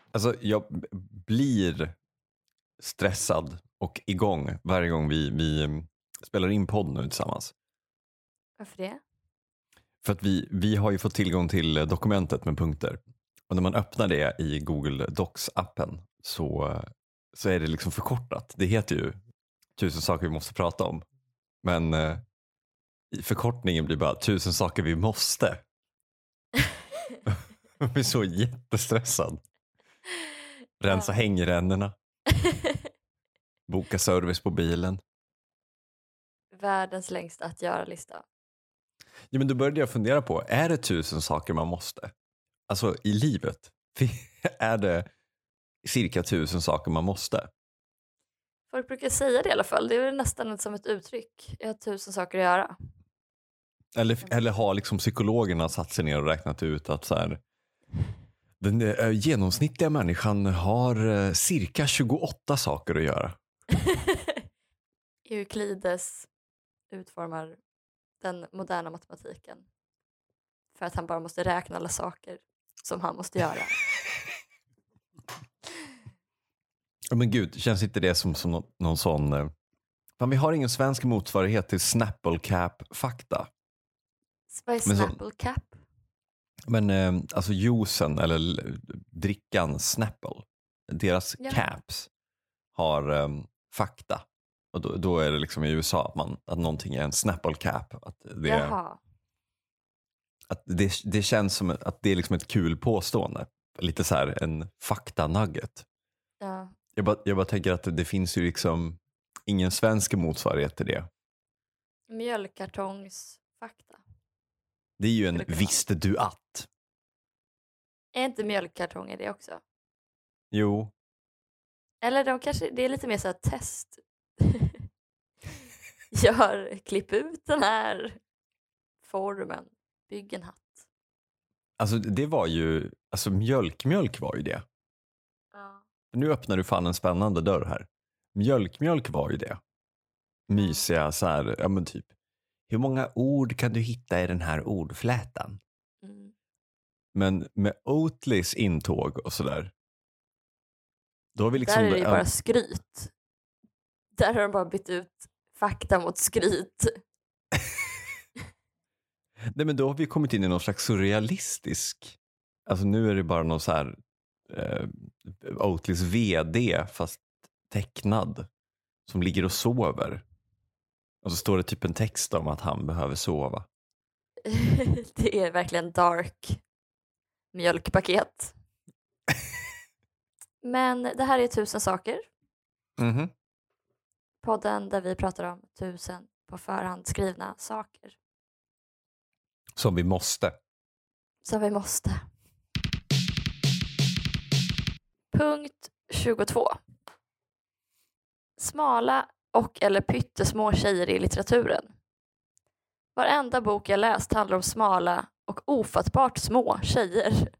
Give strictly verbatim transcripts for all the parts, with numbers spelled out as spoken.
Alltså jag b- blir stressad och igång varje gång vi, vi mm, spelar in podd nu tillsammans. Varför det? För att vi, vi har ju fått tillgång till dokumentet med punkter. Och när man öppnar det i Google Docs-appen så, så är det liksom förkortat. Det heter ju tusen saker vi måste prata om. Men eh, i förkortningen blir bara tusen saker vi måste. Jag blir så jättestressad. Rensa Ja. hängrännorna. Boka service på bilen. Världens längsta att göra-lista. Ja, men då började jag fundera på, är det tusen saker man måste? Alltså i livet. Är det cirka tusen saker man måste? Folk brukar säga det i alla fall. Det är väl nästan som ett uttryck. Jag har tusen saker att göra. Eller, eller har liksom psykologerna satt sig ner och räknat ut att så här, den eh, genomsnittliga människan har eh, cirka tjugoåtta saker att göra. Euklides utformar den moderna matematiken. För att han bara måste räkna alla saker som han måste göra. Ja, men gud, känns inte det som, som någon, någon sån... Eh, fan, vi har ingen svensk motsvarighet till Snapple Cap-fakta. Vad är Men så- Snapple Cap? Men eh, alltså juicen eller l- drickan Snapple, deras Ja. caps har eh, fakta. Och då, då är det liksom i U S A att, man, att någonting är en Snapple Cap. Att det, Jaha. att det, det känns som att det är liksom ett kul påstående. Lite så här en fakta-nugget. Ja. Jag bara, jag bara tänker att det, det finns ju liksom ingen svensk motsvarighet till det. Mjölkkartongsfakta. Det är ju en Skulle kunna. visste du att. Är inte mjölkkartonger det också? Jo. Eller de kanske, det är lite mer så här test. Gör, klipp ut den här formen. Bygg en hatt. Alltså det var ju, alltså mjölkmjölk var ju det. Ja. Nu öppnar du fan en spännande dörr här. Mjölkmjölk var ju det. Mysiga så här, ja men typ. Hur många ord kan du hitta i den här ordflätan? Mm. Men med Oatlys intåg och sådär. Då har vi liksom... Där är det ju ja, bara skryt. Där har de bara bytt ut fakta mot skryt. Nej men då har vi kommit in i någon slags surrealistisk... Alltså nu är det bara någon så här... Eh, Oatlys vd fast tecknad. Som ligger och sover. Och så står det typ en text om att han behöver sova. Det är verkligen dark mjölkpaket. Men det här är tusen saker. Mhm. Podden där vi pratar om tusen på förhand skrivna saker. Som vi måste. Som vi måste. Punkt tjugotvå. Smala och eller pyttesmå tjejer i litteraturen. Varenda bok jag läst handlar om smala och ofattbart små tjejer.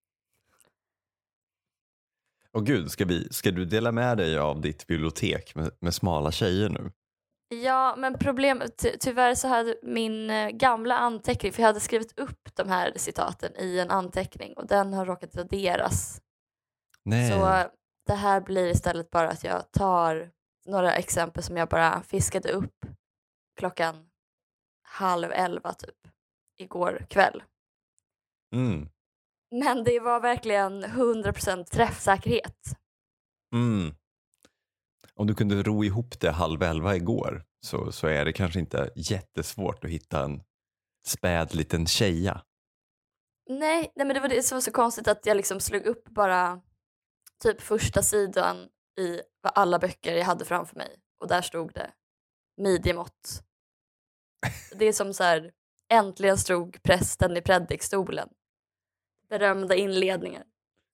Och gud, ska, vi, ska du dela med dig av ditt bibliotek med, med smala tjejer nu? Ja, men problemet, ty- tyvärr så hade min eh, gamla anteckning, för jag hade skrivit upp de här citaten i en anteckning och den har råkat raderas. Nej. Så eh, det här blir istället bara att jag tar några exempel som jag bara fiskade upp klockan halv elva typ igår kväll. Mm. Men det var verkligen hundra procent träffsäkerhet. Mm. Om du kunde ro ihop det halv elva igår så, så är det kanske inte jättesvårt att hitta en späd liten tjeja. Nej, nej, men det var det som var så konstigt att jag liksom slog upp bara typ första sidan i alla böcker jag hade framför mig. Och där stod det midjemått. Det är som så här, äntligen stod prästen i predikstolen. Berömda inledningar.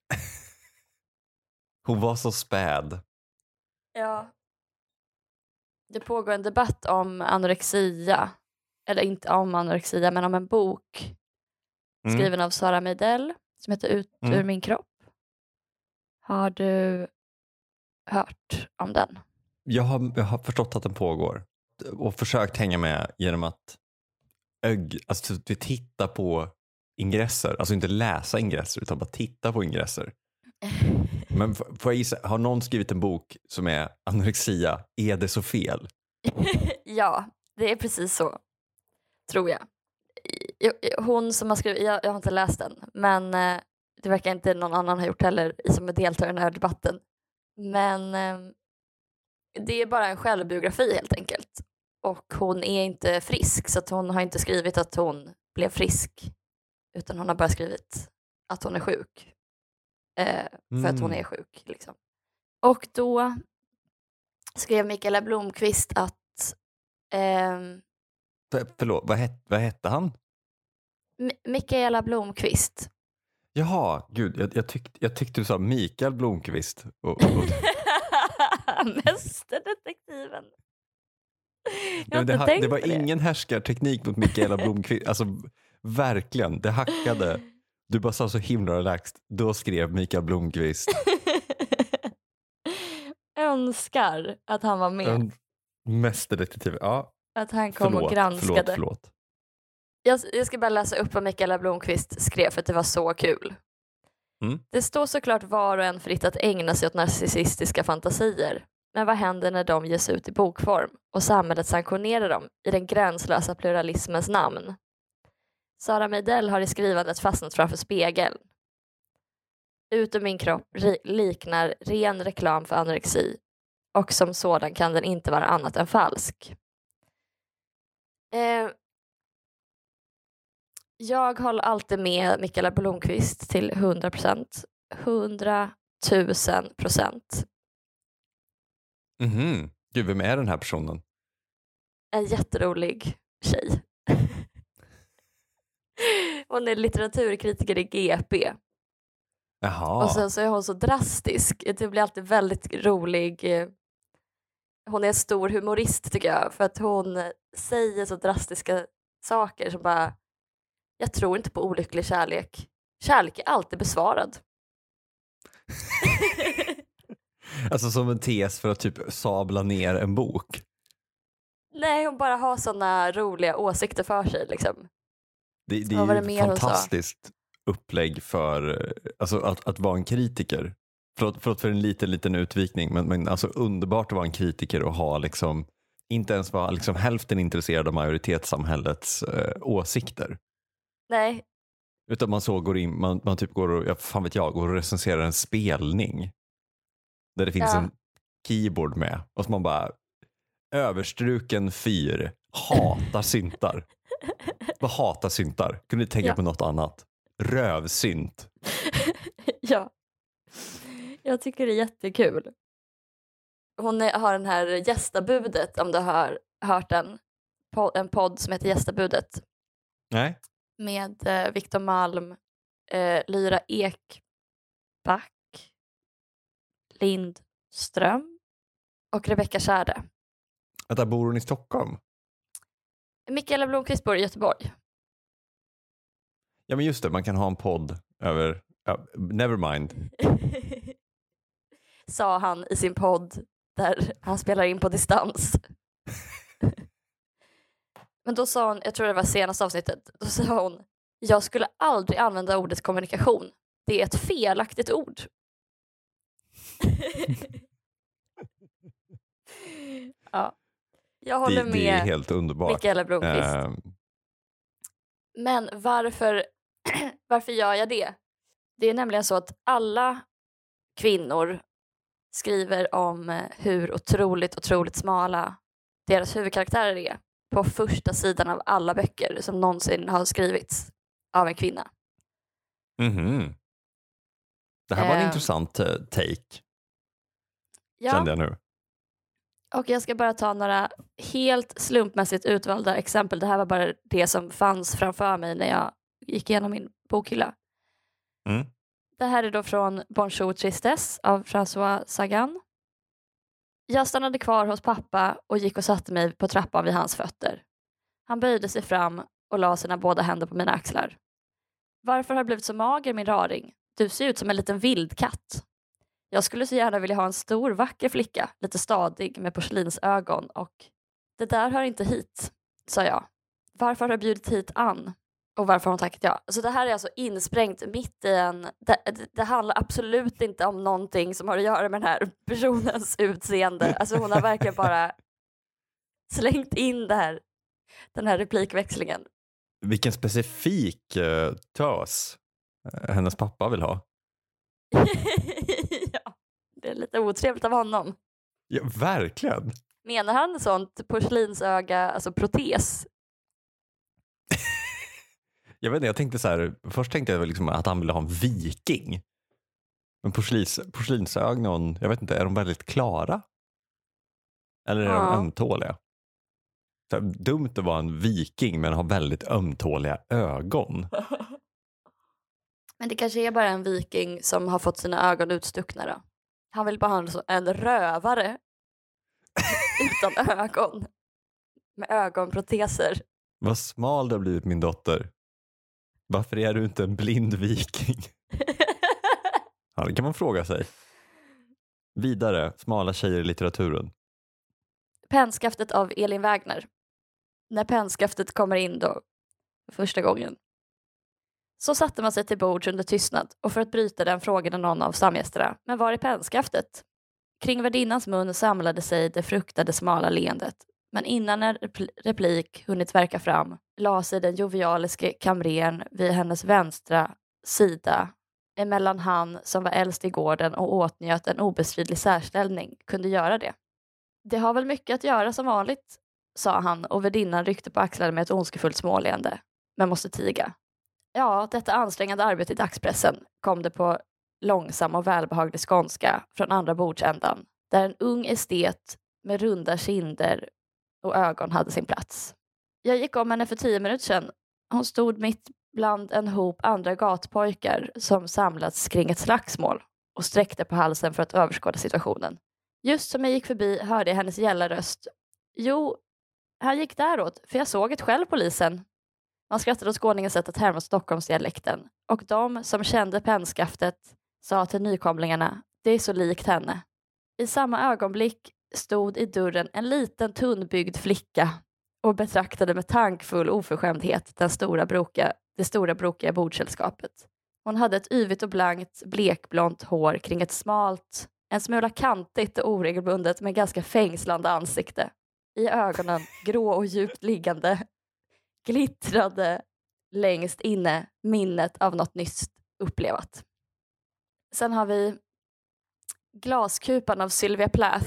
Hon var så späd. Ja. Det pågår en debatt om anorexia. Eller inte om anorexia, men om en bok Mm. skriven av Sara Meidell som heter Ut Mm. ur min kropp. Har du hört om den? Jag har, jag har förstått att den pågår. Och försökt hänga med genom att ög, alltså, titta på ingresser. Alltså inte läsa ingresser utan bara titta på ingresser. Men f- får jag gissa, har någon skrivit en bok som är anorexia, är det så fel? Ja, det är precis så. Tror jag. Jag- Hon som har skrivit, jag, jag har inte läst den, men eh, det verkar inte någon annan ha gjort heller som är deltagare i den här debatten. Men eh, det är bara en självbiografi helt enkelt. Och hon är inte frisk, så att hon har inte skrivit att hon blev frisk. Utan hon har bara skrivit att hon är sjuk. Eh, för att hon Mm. är sjuk. Liksom. Och då skrev Mikaela Blomqvist att ehm, För, förlåt, vad, het, vad hette han? M- Mikaela Blomqvist. Jaha, gud, jag, jag, tyck, jag tyckte du sa Mikael Blomqvist. Och, och, och, Mästerdetektiven. Jag har det, inte ha- tänkt det var på det. ingen härskarteknik mot Mikaela Blomqvist. Alltså, verkligen, det hackade. Du bara sa så himla relaxed. Då skrev Mikael Blomqvist. Önskar att han var med. En mästerdetektiv. Ja, Att han kom förlåt, och granskade. förlåt, förlåt. Jag, jag ska bara läsa upp vad Mikaela Blomqvist skrev för att det var så kul. Mm. Det står såklart var och en fritt att ägna sig åt narcissistiska fantasier. Men vad händer när de ges ut i bokform och samhället sanktionerar dem i den gränslösa pluralismens namn? Sara Meidell har i skrivandet fastnat framför spegeln. Ut ur min kropp ri- liknar ren reklam för anorexi och som sådan kan den inte vara annat än falsk. Eh, jag håller alltid med Mikaela Blomqvist till hundra procent. Hundratusen procent. Mhm. Gud, vem är den här personen? En jätterolig tjej. Hon är litteraturkritiker i G P. Jaha. Och sen så är hon så drastisk. Det blir alltid väldigt rolig. Hon är en stor humorist tycker jag. För att hon säger så drastiska saker som bara, jag tror inte på olycklig kärlek. Kärlek är alltid besvarad. Alltså som en tes för att typ sabla ner en bok. Nej, hon bara har såna roliga åsikter för sig liksom. Det, det Vad var är det ju mer hon ett sa? fantastiskt upplägg för alltså, att, att vara en kritiker. Förlåt, förlåt för en liten, liten utvikning, men, men alltså underbart att vara en kritiker och ha liksom, inte ens vara liksom hälften intresserad av majoritetssamhällets eh, åsikter. Nej, Utan man så går in, man, man typ går och, ja, fan vet jag, går och recenserar en spelning. Där det finns Ja. en keyboard med. Och så man bara, överstruken fyr, hatar syntar. Vad hatar syntar? Kunde ni tänka Ja. på något annat? Rövsynt. ja. Jag tycker det är jättekul. Hon är, har den här gästabudet, om du har hört den. Po- en podd som heter Gästabudet. Nej. Med eh, Victor Malm, eh, Lyra Ekback, Lindström och Rebecca Kärde. Vänta, bor hon i Stockholm? Mikaela Blomqvist bor i Göteborg. Ja men just det, man kan ha en podd över, ja, never mind. Sa han i sin podd där han spelar in på distans. Men då sa hon, jag tror det var senaste avsnittet, då sa hon, jag skulle aldrig använda ordet kommunikation. Det är ett felaktigt ord. ja. Jag håller Det, det är med helt underbart. Mikaela Blomqvist. Ehm, Men varför, varför gör jag det? Det är nämligen så att alla kvinnor skriver om eh, hur otroligt, otroligt smala deras huvudkaraktärer är på första sidan av alla böcker som någonsin har skrivits av en kvinna. mhm. Det här var en Ehm. intressant eh, take, Ja, kände jag nu. och jag ska bara ta några helt slumpmässigt utvalda exempel. Det här var bara det som fanns framför mig när jag gick igenom min bokhylla. Mm. Det här är då från Bonjour Tristesse av François Sagan. Jag stannade kvar hos pappa och gick och satte mig på trappan vid hans fötter. Han böjde sig fram och la sina båda händer på mina axlar. Varför har du blivit så mager, min raring? Du ser ut som en liten vildkatt. Jag skulle så gärna vilja ha en stor vacker flicka, lite stadig med porslinsögon och det där hör inte hit, sa jag. Varför har du bjudit hit Ann? Och varför hon tackat ja. Så det här är alltså insprängt mitt i en... Det, det, det handlar absolut inte om någonting som har att göra med den här personens utseende. Alltså hon har verkligen bara slängt in det här, den här replikväxlingen. Vilken specifik uh, tös uh, hennes pappa vill ha. Ja, det är lite otrevligt av honom. Ja, verkligen. Menar han sånt porslinsöga, alltså protes? Jag vet inte, jag tänkte så här, först tänkte jag liksom att han ville ha en viking. Men porslins, porslinsögon, jag vet inte, är de väldigt klara? Eller är Ja. de ömtåliga? Så här, dumt att vara en viking men ha väldigt ömtåliga ögon. Men det kanske är bara en viking som har fått sina ögon utstuckna då. Han vill bara ha en, en rövare utan ögon. Med ögonproteser. Vad smal du har blivit, min dotter. Varför är du inte en blind viking? Ja, det kan man fråga sig. Vidare, smala tjejer i litteraturen. Pennskaftet av Elin Wägner. När pennskaftet kommer in då, första gången. Så satte man sig till bords under tystnad och för att bryta den frågade någon av samgästerna. Men var är pennskaftet? Kring värdinnans mun samlade sig det fruktade smala leendet. Men innan en replik hunnit verka fram la sig den jovialiske kamrern vid hennes vänstra sida emellan han som var äldst i gården och åtnjöt en obestridlig särställning kunde göra det. Det har väl mycket att göra som vanligt, sa han och värdinnan ryckte på axlarna med ett ondskefullt småleende, men måste tiga. Ja, detta ansträngande arbete i dagspressen kom det på långsam och välbehaglig skånska från andra bordsändan, där en ung estet med runda kinder och ögon hade sin plats. Jag gick om henne för tio minuter sedan. Hon stod mitt bland en hop andra gatpojkar som samlats kring ett slagsmål och sträckte på halsen för att överskåda situationen. Just som jag gick förbi hörde jag hennes gälla röst. Jo, han gick däråt, för jag såg ett själv polisen. Man skrattade åt skåningens sätt att härma Stockholmsdialekten. Och de som kände pennskaftet sa till nykomlingarna, det är så likt henne. I samma ögonblick stod i dörren en liten tunnbyggd flicka och betraktade med tankfull oförskämdhet den stora brokiga, det stora brokiga bordsällskapet. Hon hade ett yvigt och blankt blekblont hår kring ett smalt, en smula kantigt och oregelbundet men ganska fängslande ansikte. I ögonen, grå och djupt liggande, glittrade längst inne minnet av något nyss upplevat. Sen har vi Glaskupan av Sylvia Plath.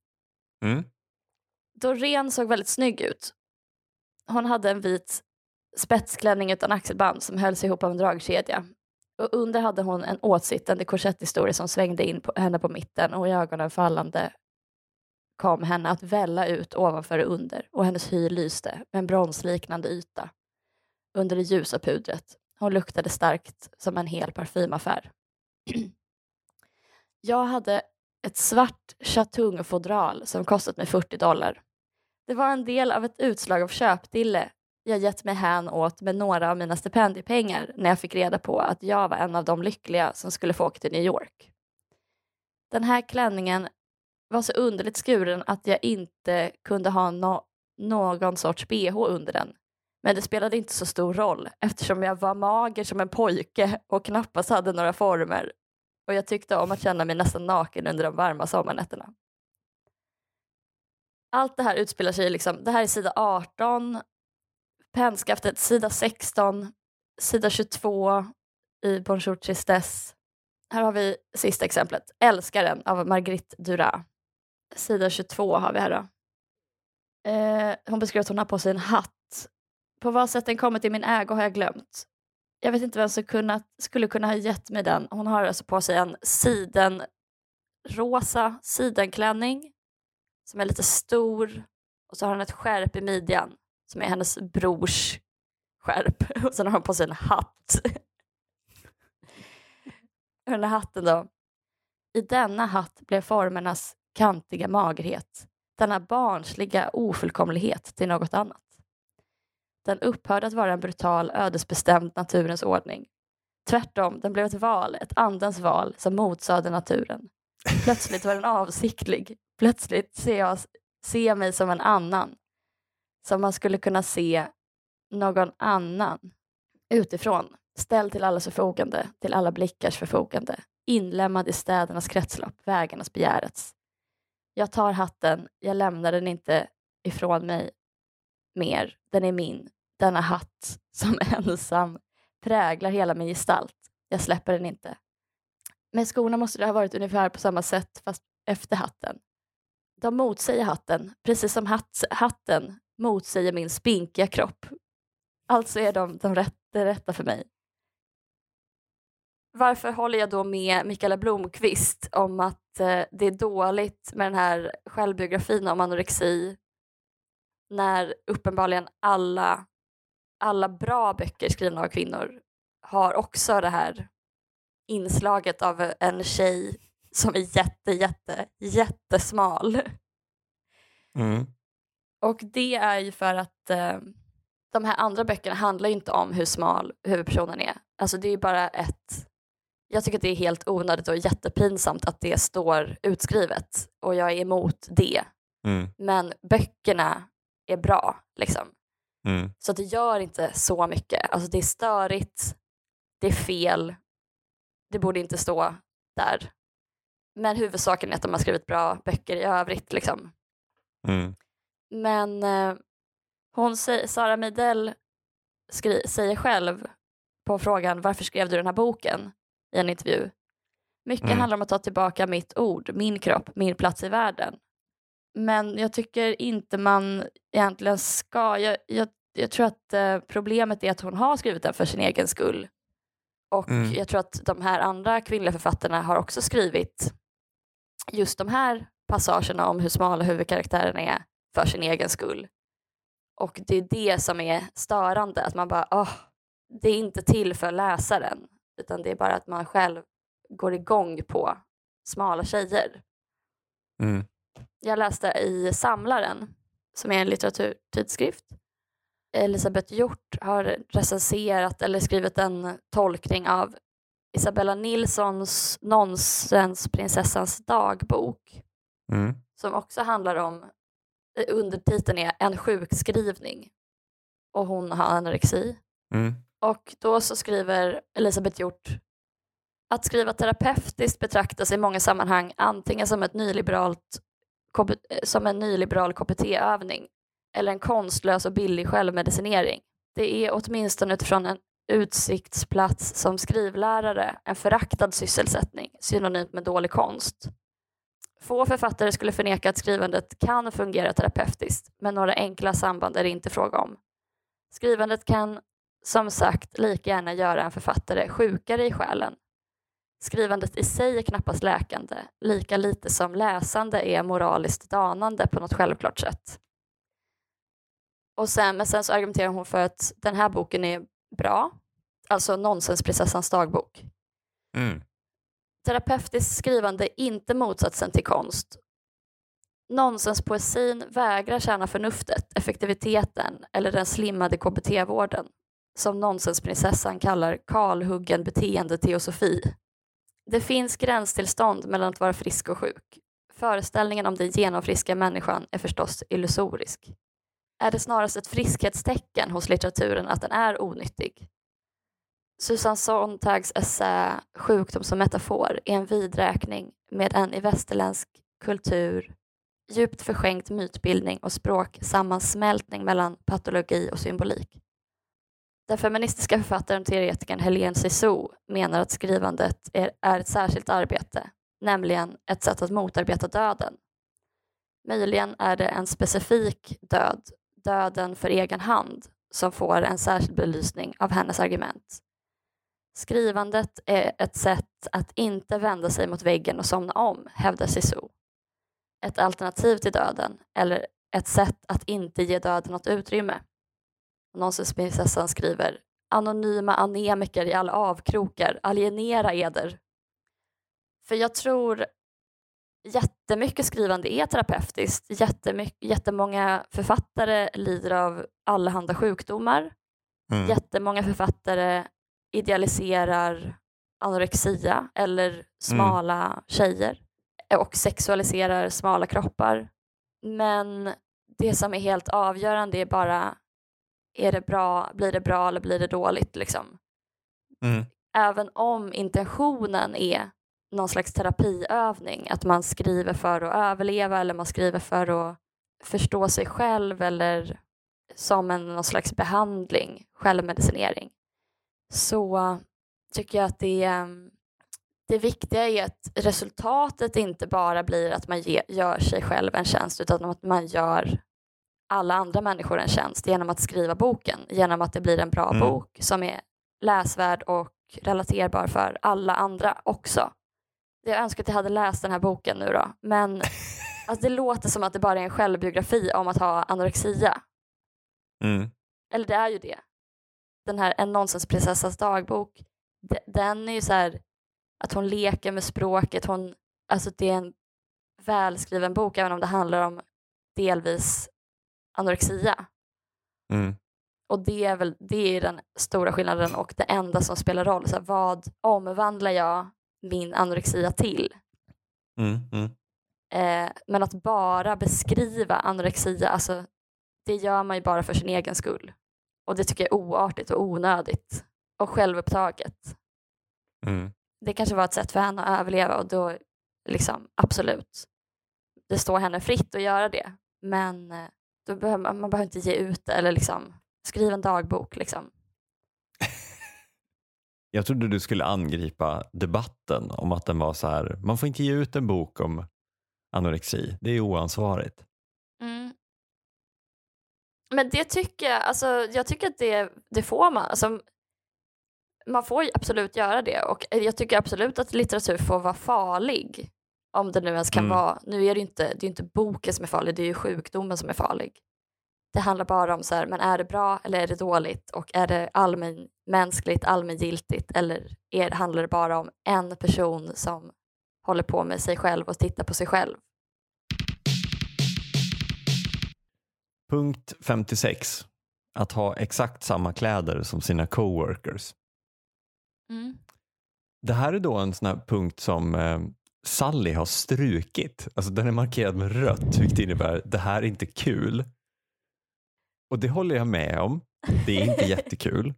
Mm. Doreen såg väldigt snygg ut. Hon hade en vit spetsklänning utan axelband som hölls ihop av en dragkedja. Och under hade hon en åtsittande korsetthistoria som svängde in på henne på mitten och i ögonen fallande kom henne att välla ut ovanför och under och hennes hy lyste med en bronsliknande yta under det ljusa pudret. Hon luktade starkt som en hel parfymaffär. Jag hade ett svart chatungfodral som kostat mig fyrtio dollar. Det var en del av ett utslag av köpdille jag gett mig hän åt med några av mina stipendiepengar när jag fick reda på att jag var en av de lyckliga som skulle få åka till New York. Den här klänningen var så underligt skuren att jag inte kunde ha no- någon sorts B H under den. Men det spelade inte så stor roll eftersom jag var mager som en pojke och knappast hade några former. Och jag tyckte om att känna mig nästan naken under de varma sommarnätterna. Allt det här utspelar sig liksom, det här är sida arton, pennskaftet sida sexton, sida tjugotvå i Bonjour Tristesse. Här har vi sista exemplet, Älskaren av Marguerite Duras. Sida tjugotvå har vi här då. Eh, hon beskriver att hon har på sig en hatt. På vad sätt den kommit i min ägo har jag glömt. Jag vet inte vem som kunnat, skulle kunna ha gett mig den. Hon har alltså på sig en siden rosa sidenklänning som är lite stor. Och så har hon ett skärp i midjan som är hennes brors skärp. Och sen har hon på sig en hatt. Den här hatten då. I denna hatt blev formernas kantiga magerhet, denna barnsliga ofullkomlighet till något annat. Den upphörde att vara en brutal, ödesbestämd naturens ordning. Tvärtom, den blev ett val, ett andens val som motsade naturen. Plötsligt var den avsiktlig. Plötsligt ser jag, ser jag mig som en annan. Som man skulle kunna se någon annan. utifrån, ställd till allas förfogande, till alla blickars förfogande, inlämnad i städernas kretslopp, vägarnas begärets. Jag tar hatten, jag lämnar den inte ifrån mig mer, den är min, denna hatt som ensam präglar hela min gestalt. Jag släpper den inte. Med skorna måste det ha varit ungefär på samma sätt fast efter hatten. De motsäger hatten, precis som hatt, hatten motsäger min spinkiga kropp. Alltså är de, de rätt, det rätta för mig. Varför håller jag då med Mikaela Blomqvist om att eh, det är dåligt med den här självbiografin om anorexi när uppenbarligen alla, alla bra böcker skrivna av kvinnor har också det här inslaget av en tjej som är jätte, jätte, jättesmal. Mm. Och det är ju för att eh, de här andra böckerna handlar ju inte om hur smal huvudpersonen är. Alltså det är ju bara ett... Jag tycker att det är helt onödigt och jättepinsamt att det står utskrivet. Och jag är emot det. Mm. Men böckerna är bra, liksom. Mm. Så det gör inte så mycket. Alltså det är störigt. Det är fel. Det borde inte stå där. Men huvudsaken är att de har skrivit bra böcker i övrigt, liksom. Mm. Men eh, hon, Sara Meidell skri- säger själv på frågan varför skrev du den här boken i en intervju. Mycket Mm. handlar om att ta tillbaka mitt ord, min kropp, min plats i världen. Men jag tycker inte man egentligen ska. Jag, jag, jag tror att eh, problemet är att hon har skrivit den för sin egen skull. Och Mm. jag tror att de här andra kvinnliga författarna har också skrivit just de här passagerna om hur smala huvudkaraktären är för sin egen skull. Och det är det som är störande. Att man bara, åh, det är inte till för läsaren. Utan det är bara att man själv går igång på smala tjejer. Mm. Jag läste i Samlaren, som är en litteraturtidskrift. Elisabeth Hjort har recenserat eller skrivit en tolkning av Isabella Nilssons Nonsensprinsessans dagbok. Mm. Som också handlar om, undertiteln är en sjukskrivning. Och hon har anorexi. Mm. Och då så skriver Elisabeth Hjort: att skriva terapeutiskt betraktas i många sammanhang antingen som, ett nyliberalt, som en nyliberal K B T-övning eller en konstlös och billig självmedicinering. Det är åtminstone utifrån en utsiktsplats som skrivlärare en föraktad sysselsättning, synonymt med dålig konst. Få författare skulle förneka att skrivandet kan fungera terapeutiskt, men några enkla samband är det inte fråga om. Skrivandet kan, som sagt, lika gärna göra en författare sjukare i själen. Skrivandet i sig är knappast läkande, lika lite som läsande är moraliskt danande på något självklart sätt. Och sen, men sen så argumenterar hon för att den här boken är bra, alltså Nonsensprinsessans dagbok. Mm. Terapeutiskt skrivande är inte motsatsen till konst. Nonsenspoesin vägrar tjäna förnuftet, effektiviteten eller den slimmade K B T-vården, som Nonsensprinsessan kallar kalhuggen beteendeteosofi. Det finns gränstillstånd mellan att vara frisk och sjuk. Föreställningen om den genomfriska människan är förstås illusorisk. Är det snarast ett friskhetstecken hos litteraturen att den är onyttig? Susan Sontags essä Sjukdom som metafor är en vidräkning med en i västerländsk kultur djupt förskänkt mytbildning och språk sammansmältning mellan patologi och symbolik. Den feministiska författaren och teoretikern Helene Cixous menar att skrivandet är, är ett särskilt arbete, nämligen ett sätt att motarbeta döden. Möjligen är det en specifik död, döden för egen hand, som får en särskild belysning av hennes argument. Skrivandet är ett sätt att inte vända sig mot väggen och somna om, hävdar Cixous. Ett alternativ till döden, eller ett sätt att inte ge döden något utrymme. Nonsensprinsessan skriver: anonyma anemiker i alla avkrokar, alienera eder. För jag tror jättemycket skrivande är terapeutiskt. Jättemycket, jättemånga författare lider av allehanda sjukdomar. Mm. Jättemånga författare idealiserar anorexia eller smala mm. tjejer och sexualiserar smala kroppar. Men det som är helt avgörande är bara är det bra, blir det bra eller blir det dåligt liksom. Mm. Även om intentionen är någon slags terapiövning, att man skriver för att överleva eller man skriver för att förstå sig själv eller som en någon slags behandling, självmedicinering, så tycker jag att det, det viktiga är att resultatet inte bara blir att man ge, gör sig själv en tjänst, utan att man gör alla andra människor en tjänst genom att skriva boken, genom att det blir en bra Mm. bok som är läsvärd och relaterbar för alla andra också. Jag önskar att jag hade läst den här boken nu då, men alltså, det låter som att det bara är en självbiografi om att ha anorexia. Mm. Eller det är ju det. Den här En nonsensprinsessas dagbok, de, den är ju så här att hon leker med språket. Hon, alltså det är en välskriven bok, även om det handlar om delvis anorexia. Mm. Och det är väl det är den stora skillnaden och det enda som spelar roll. Så här, vad omvandlar jag min anorexia till? Mm. Mm. Eh, men att bara beskriva anorexia, alltså det gör man ju bara för sin egen skull. Och det tycker jag är oartigt och onödigt. Och självupptaget. Mm. Det kanske var ett sätt för henne att överleva och då liksom absolut. Det står henne fritt att göra det. Men eh, då behöver man, man behöver inte ge ut det eller liksom skriva en dagbok liksom. Jag trodde du skulle angripa debatten om att den var så här, man får inte ge ut en bok om anorexi. Det är oansvarigt. Mm. Men det tycker jag, alltså jag tycker att det, det får man. Alltså, man får ju absolut göra det och jag tycker absolut att litteratur får vara farlig. Om det nu ens kan Mm. vara, nu är det ju inte, det är inte boken som är farlig, det är ju sjukdomen som är farlig. Det handlar bara om så här, men är det bra eller är det dåligt och är det allmänmänskligt, allmängiltigt eller är, handlar det bara om en person som håller på med sig själv och tittar på sig själv? Punkt femtiosex. Att ha exakt samma kläder som sina coworkers. Mm. Det här är då en sån här punkt som eh, Sally har strukit. Alltså den är markerad med rött, vilket innebär det här är inte kul. Och det håller jag med om. Det är inte jättekul.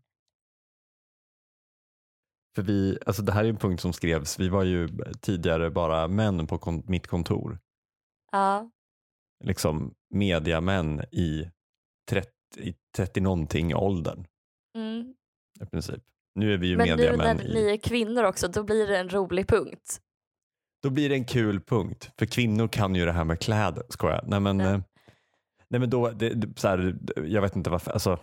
För vi, alltså det här är en punkt som skrevs. Vi var ju tidigare bara män på kon- mitt kontor. Ja. Liksom mediamän i trettio, i trettio någonting åldern. Mm. I princip. Nu är vi ju Men nu mediamän när i... ni är kvinnor också, då blir det en rolig punkt. Då blir det en kul punkt. För kvinnor kan ju det här med kläder, ska jag. Nej men, Ja. eh, nej, men då, det, det, så här, jag vet inte varför, alltså,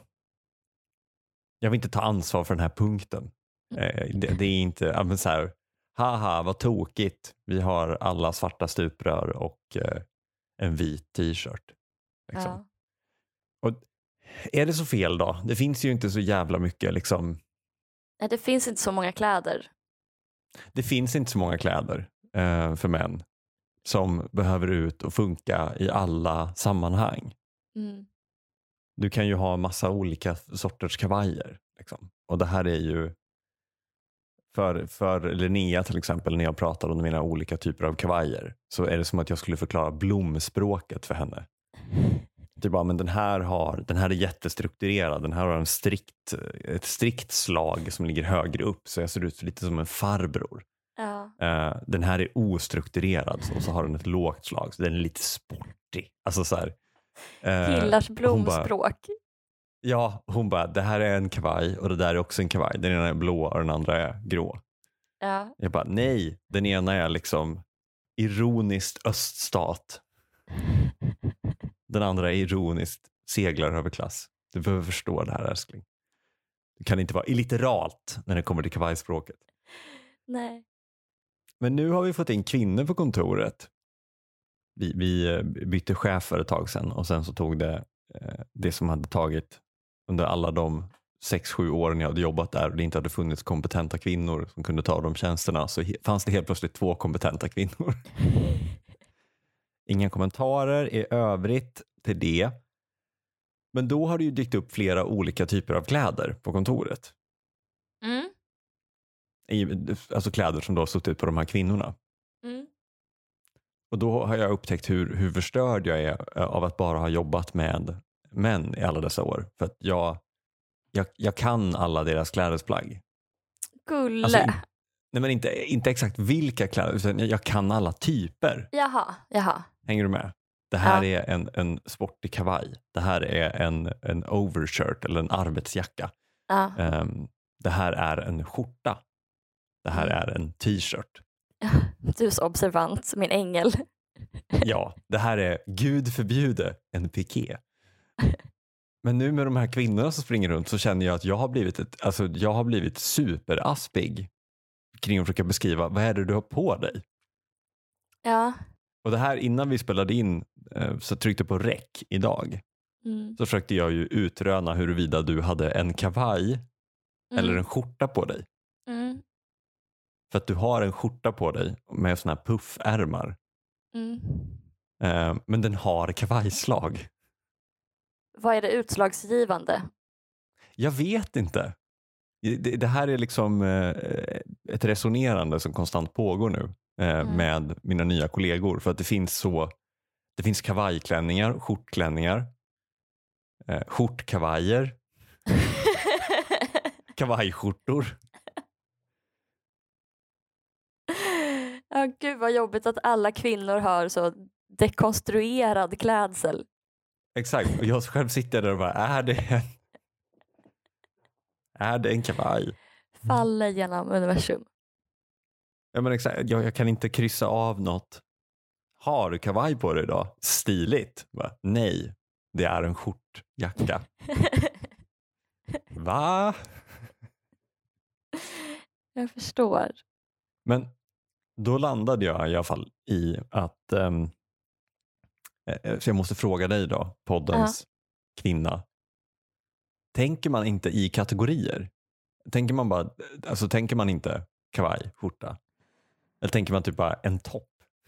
jag vill inte ta ansvar för den här punkten. Eh, det, det är inte, ja, men så här, haha vad tokigt. Vi har alla svarta stuprör och eh, en vit t-shirt. Liksom. Ja. Och är det så fel då? Det finns ju inte så jävla mycket liksom. Nej, det finns inte så många kläder. Det finns inte så många kläder eh, för män som behöver ut och funka i alla sammanhang. Mm. Du kan ju ha massa olika sorters kavajer. Liksom. Och det här är ju för, för Linnea till exempel, när jag pratar om mina olika typer av kavajer, så är det som att jag skulle förklara blomspråket för henne. Det är bara, men den här har, den här är jättestrukturerad, den här har en strikt, ett strikt slag som ligger högre upp, så jag ser ut lite som en farbror. Ja. Uh, den här är ostrukturerad och så har den ett lågt slag, så den är lite sportig. Alltså så här. Uh, Killars hon bara, blomspråk. ja, hon bara, det här är en kavaj och det där är också en kavaj. Den ena är blå och den andra är grå. Ja. Jag bara, nej, den ena är liksom ironiskt öststat. Den andra är ironiskt seglar över klass. Du behöver förstå det här, älskling. Du kan inte vara illiteralt när det kommer till kavajspråket. Nej. Men nu har vi fått in kvinnor på kontoret. Vi, vi bytte chef för ett tag sedan och sen så tog det eh, det som hade tagit under alla de sex, sju åren jag hade jobbat där och det inte hade funnits kompetenta kvinnor som kunde ta de tjänsterna, så he- fanns det helt plötsligt två kompetenta kvinnor. Inga kommentarer i övrigt till det. Men då har det ju dykt upp flera olika typer av kläder på kontoret. Mm. I, alltså kläder som då har suttit på de här kvinnorna. Mm. Och då har jag upptäckt hur, hur förstörd jag är av att bara ha jobbat med män i alla dessa år. För att jag, jag, jag kan alla deras klädesplagg. Gulle. Alltså, in, nej men inte, inte exakt vilka kläder, utan jag, jag kan alla typer. Jaha, jaha. Hänger du med? Det här Ja. är en, en sportig kavaj. Det här är en, en overshirt eller en arbetsjacka. Ja. Um, det här är en skjorta. Det här Mm. är en t-shirt. Du är så observant, min ängel. Ja, det här är Gud förbjude en piké. Men nu med de här kvinnorna som springer runt så känner jag att jag har blivit, ett, alltså jag har blivit superaspig kring att försöka beskriva vad är det du har på dig. Ja. Och det här innan vi spelade in eh, så tryckte på rec idag. Mm. Så försökte jag ju utröna huruvida du hade en kavaj Mm. eller en skjorta på dig. Mm. För att du har en skjorta på dig med såna här puffärmar. Mm. Eh, men den har kavajslag. Vad är det utslagsgivande? Jag vet inte. Det, det här är liksom eh, ett resonerande som konstant pågår nu eh, Mm. med mina nya kollegor. För att det finns så, det finns kavajklänningar, skjortklänningar, eh, skjortkavajer, kavajskjortor. Ja, gud vad jobbigt att alla kvinnor har så dekonstruerad klädsel. Exakt, och jag själv sitter där och bara, är det en, är det en kavaj? Faller genom universum. Ja, men exakt, jag, jag kan inte kryssa av något. Har du kavaj på dig idag? Stiligt. Bara, nej, det är en skjortjacka. Va? Jag förstår. Men då landade jag i alla fall i att um, så jag måste fråga dig då, poddens uh-huh. kvinna. Tänker man inte i kategorier? Tänker man bara, alltså tänker man inte kavaj, skjorta? Eller tänker man typ bara en topp?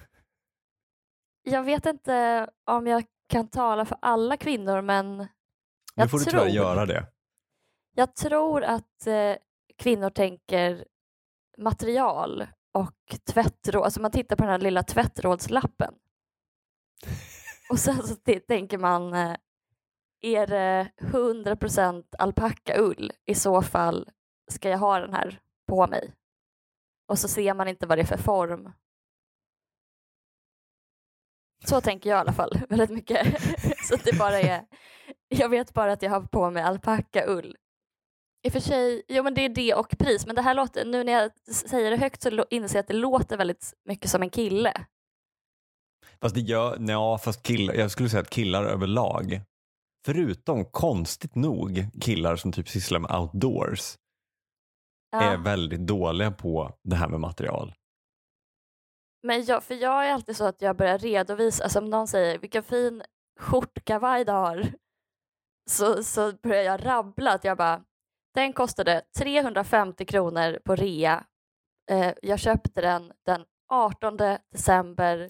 Jag vet inte om jag kan tala för alla kvinnor, men jag nu får tror, du tyvärr göra det. Jag tror att eh, kvinnor tänker material och tvättråd. Alltså man tittar på den här lilla tvättrådslappen. Och sen så t- tänker man, eh, är det hundra procent alpackaull? I så fall ska jag ha den här på mig. Och så ser man inte vad det är för form. Så tänker jag i alla fall väldigt mycket. Så att det bara är, jag vet bara att jag har på mig alpackaull. I och för sig, jo men det är det och pris. Men det här låter, nu när jag säger det högt så inser jag att det låter väldigt mycket som en kille. Fast det gör, ja, fast killar, jag skulle säga att killar överlag, förutom konstigt nog killar som typ sysslar med outdoors, Ja. är väldigt dåliga på det här med material. Men jag, för jag är alltid så att jag börjar redovisa, alltså om någon säger vilken fin skjortkavaj du har, så, så börjar jag rabbla att jag bara, den kostade trehundrafemtio kronor på rea. Eh, jag köpte den den artonde december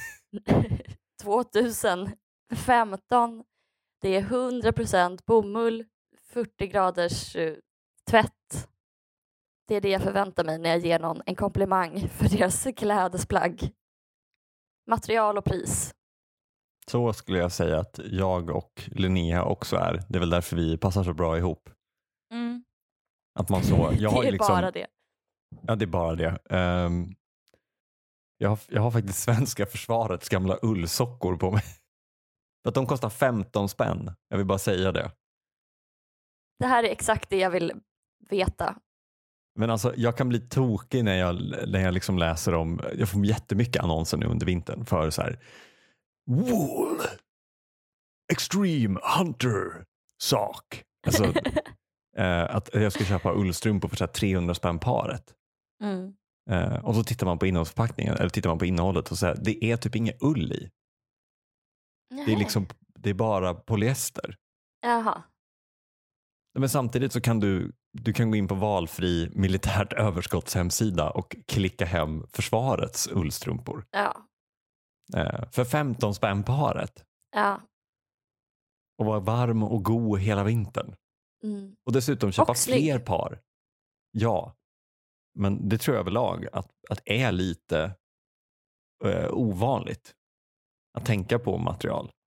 tjugohundrafemton. Det är hundra procent bomull, fyrtio graders uh, tvätt. Det är det jag förväntar mig när jag ger någon en komplimang för deras klädesplagg. Material och pris. Så skulle jag säga att jag och Linnea också är. Det är väl därför vi passar så bra ihop. Mm. Att man så, jag har det är liksom, bara det. Ja, det är bara det. Um, jag, har, jag har faktiskt svenska försvarets gamla ullsockor på mig. För att de kostar femton spänn. Jag vill bara säga det. Det här är exakt det jag vill veta. Men alltså, jag kan bli tokig när jag, när jag liksom läser om, jag får jättemycket annonser nu under vintern för så här, wool, extreme hunter sock. Alltså, eh, att jag ska köpa ullstrumpor för så här trehundra spänn paret. Mm. Eh, och så tittar man på innehållsförpackningen, eller tittar man på innehållet och säger det är typ inget ull i. Det är liksom, det är bara polyester. Jaha. Men samtidigt så kan du, du kan gå in på valfri militärt överskottshemsida och klicka hem försvarets ullstrumpor. Ja. Eh, för femton spänn paret. Ja. Och vara varm och god hela vintern. Mm. Och dessutom köpa Och snygg. fler par. Ja. Men det tror jag överlag att, att är lite eh, ovanligt. Att tänka på material.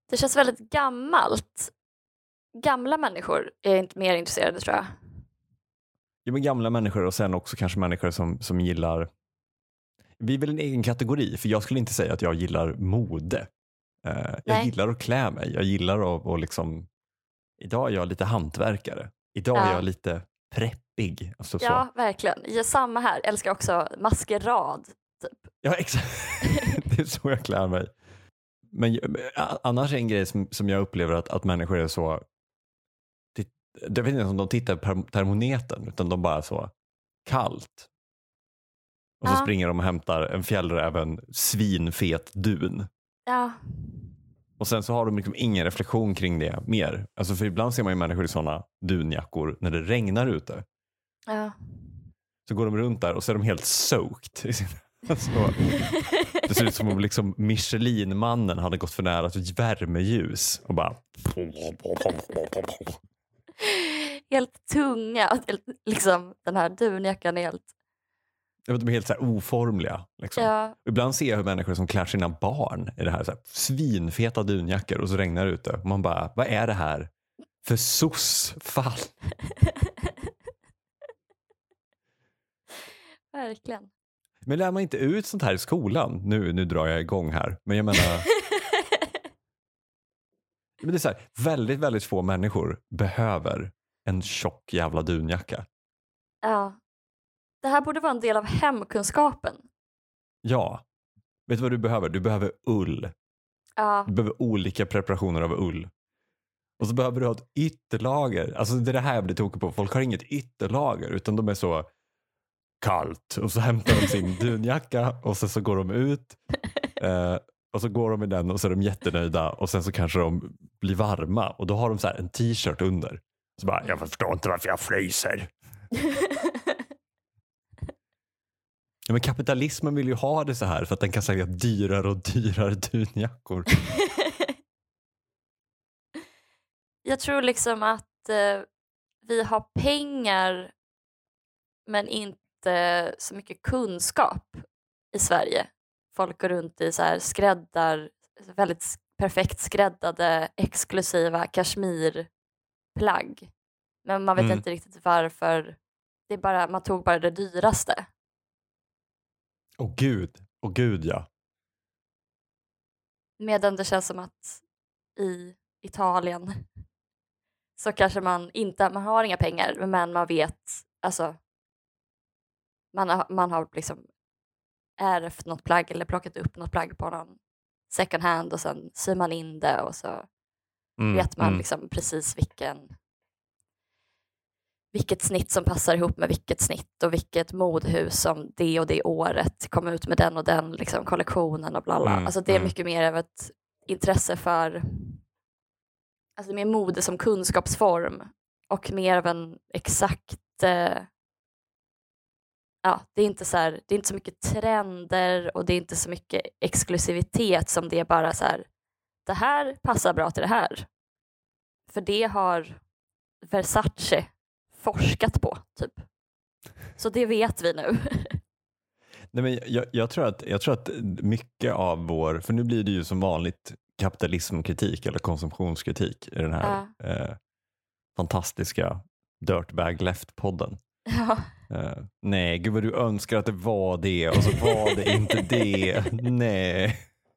Det känns väldigt gammalt. Gamla människor är inte mer intresserade, tror jag. Jo, men gamla människor och sen också kanske människor som, som gillar... Vi är väl en egen kategori, för jag skulle inte säga att jag gillar mode. Uh, jag Nej. gillar att klä mig. Jag gillar att och liksom... Idag är jag lite hantverkare. Idag Ja. är jag lite preppig. Alltså så. Ja, verkligen. Ja, samma här. Jag älskar också maskerad. Typ. Ja, exakt. Det är så jag klär mig. Men annars är en grej som, som jag upplever att, att människor är så... Det, jag vet inte om de tittar på termometern, utan de bara så kallt. Och så Ja. springer de och hämtar en fjällräven svinfet dun. Ja. Och sen så har de liksom ingen reflektion kring det mer. Alltså för ibland ser man ju människor i sådana dunjackor när det regnar ute. Ja. Så går de runt där och så är de helt soaked. Så, det ser ut som om liksom Michelin-mannen hade gått för nära ett värmeljus och bara... Helt tunga. Liksom, den här dunjackan är helt... Jag vet, de är helt så här oformliga. Liksom. Ja. Ibland ser jag hur människor som klär sina barn i det här, så här svinfeta dunjackor och så regnar det ute. Och man bara, vad är det här för sossfall? Verkligen. Men lär man inte ut sånt här i skolan? Nu, nu drar jag igång här. Men jag menar... men det är så här, väldigt, väldigt få människor behöver en tjock jävla dunjacka. Ja. Det här borde vara en del av hemkunskapen. Ja. Vet du vad du behöver? Du behöver ull. Ja. Du behöver olika preparationer av ull. Och så behöver du ha ett ytterlager. Alltså det är det här jag blir tokig på. Folk har inget ytterlager, utan de är så kallt. Och så hämtar de sin dunjacka och sen så går de ut. Eh, och så går de i den och så är de jättenöjda. Och sen så kanske de blir varma. Och då har de så här en t-shirt under. Så bara, jag förstår inte varför jag fryser. Ja, men kapitalismen vill ju ha det så här för att den kan sälja dyrare och dyrare dunjackor. Jag tror liksom att eh, vi har pengar men inte så mycket kunskap i Sverige. Folk går runt i så här skräddar, väldigt perfekt skräddade, exklusiva kashmirplagg. Men man vet Mm. inte riktigt varför. Det är bara, man tog bara det dyraste. Åh gud, åh gud ja. Medan det känns som att i Italien så kanske man inte, man har inga pengar, men man vet, alltså man har, man har liksom ärvt något plagg eller plockat upp något plagg på någon second hand och sen syr man in det och så Mm, vet man mm. liksom precis vilken vilket snitt som passar ihop med vilket snitt och vilket modehus som det och det året kom ut med den och den liksom kollektionen och bla bla. Mm, Alltså det är mm. mycket mer av ett intresse för, alltså mer mode som kunskapsform och mer av en exakt eh, ja, det är inte så här, det är inte så mycket trender och det är inte så mycket exklusivitet som det är bara så här, det här passar bra till det här. För det har Versace forskat på typ. Så det vet vi nu. Nej, men jag, jag, tror att, jag tror att mycket av vår, för nu blir det ju som vanligt kapitalismkritik eller konsumtionskritik i den här Ja. eh, fantastiska Dirtbag Left-podden. Ja. Eh, nej, gud vad du önskar att det var det och så var det inte det. Nej.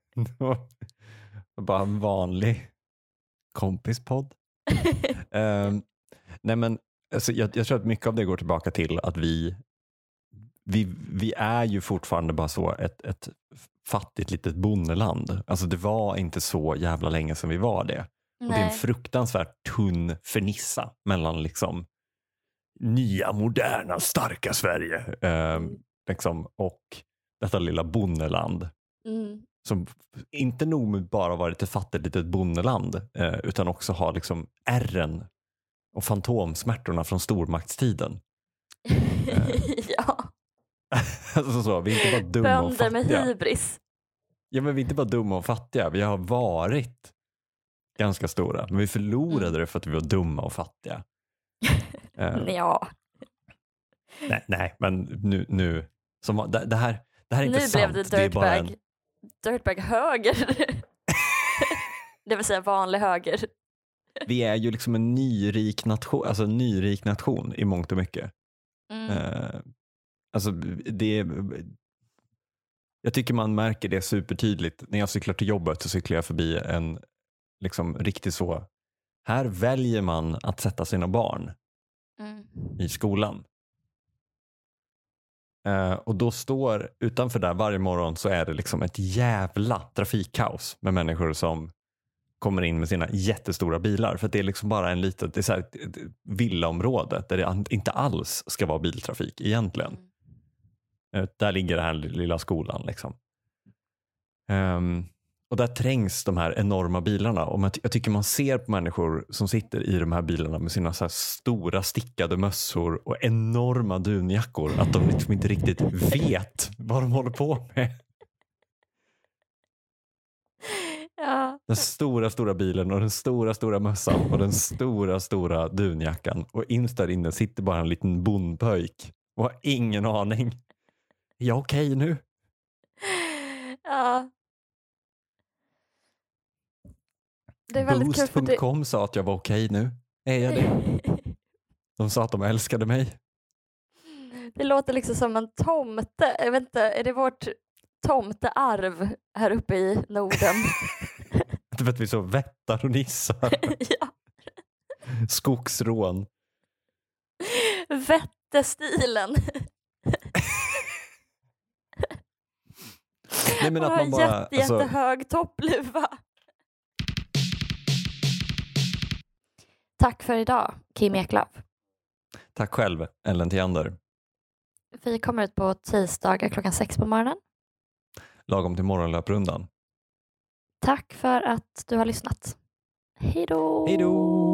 Bara en vanlig kompispodd. Eh, nej men alltså, jag, jag tror att mycket av det går tillbaka till att vi vi, vi är ju fortfarande bara så ett, ett fattigt litet bondeland. Alltså det var inte så jävla länge sedan vi var det. Och det är en Nej. fruktansvärt tunn fernissa mellan liksom nya, moderna, starka Sverige eh, liksom, och detta lilla bondeland. Mm. Som inte nog med bara varit ett fattigt litet bondeland eh, utan också har liksom ärren och fantomsmärtorna från stormaktstiden. Ja. Alltså så, vi är inte bara dumma och Bönder med fattiga. hybris. Ja, men vi är inte bara dumma och fattiga. Vi har varit ganska stora. Men vi förlorade Mm. det för att vi var dumma och fattiga. Eh, Ja. nej, nej, men nu, nu som, det, det, här, det här är inte Nu sant. blev det är bara dirtbag. en, Dirtbag höger. Det vill säga vanlig höger. Vi är ju liksom en nyrik nation, alltså en nyrik nation i mångt och mycket. Mm. Eh, alltså det jag tycker man märker det supertydligt. När jag cyklar till jobbet så cyklar jag förbi en liksom riktigt så, här väljer man att sätta sina barn Mm. i skolan. Uh, och då står utanför där varje morgon så är det liksom ett jävla trafikkaos med människor som kommer in med sina jättestora bilar. För att det är liksom bara en liten, det är så här ett, ett villaområde där det inte alls ska vara biltrafik egentligen. Mm. Uh, där ligger den här lilla skolan liksom. Um, och där trängs de här enorma bilarna. Och man, jag tycker man ser på människor som sitter i de här bilarna med sina så här stora stickade mössor och enorma dunjackor att de liksom inte riktigt vet vad de håller på med. Ja. Den stora, stora bilen och den stora, stora mössan och den stora, stora dunjackan. Och inst där inne sitter bara en liten bondpöjk och har ingen aning. Är jag okej nu? Ja. Det är väldigt kul Boost för punkt com sa att jag var okej nu. Är jag det? De sa att de älskade mig. Det låter liksom som en tomte. Jag vet inte, är det vårt tomtearv här uppe i Norden? Du vet vi så vättar och nissar. Ja. Skogsrån. Vättestilen. Nej, men att man bara, jätte, alltså, jättehög toppluva. Tack för idag, Kim Eklöf. Tack själv, Ellen Theander. Vi kommer ut på tisdagar klockan sex på morgonen. Lagom till morgonlöprundan. Tack för att du har lyssnat. Hej då! Hej då!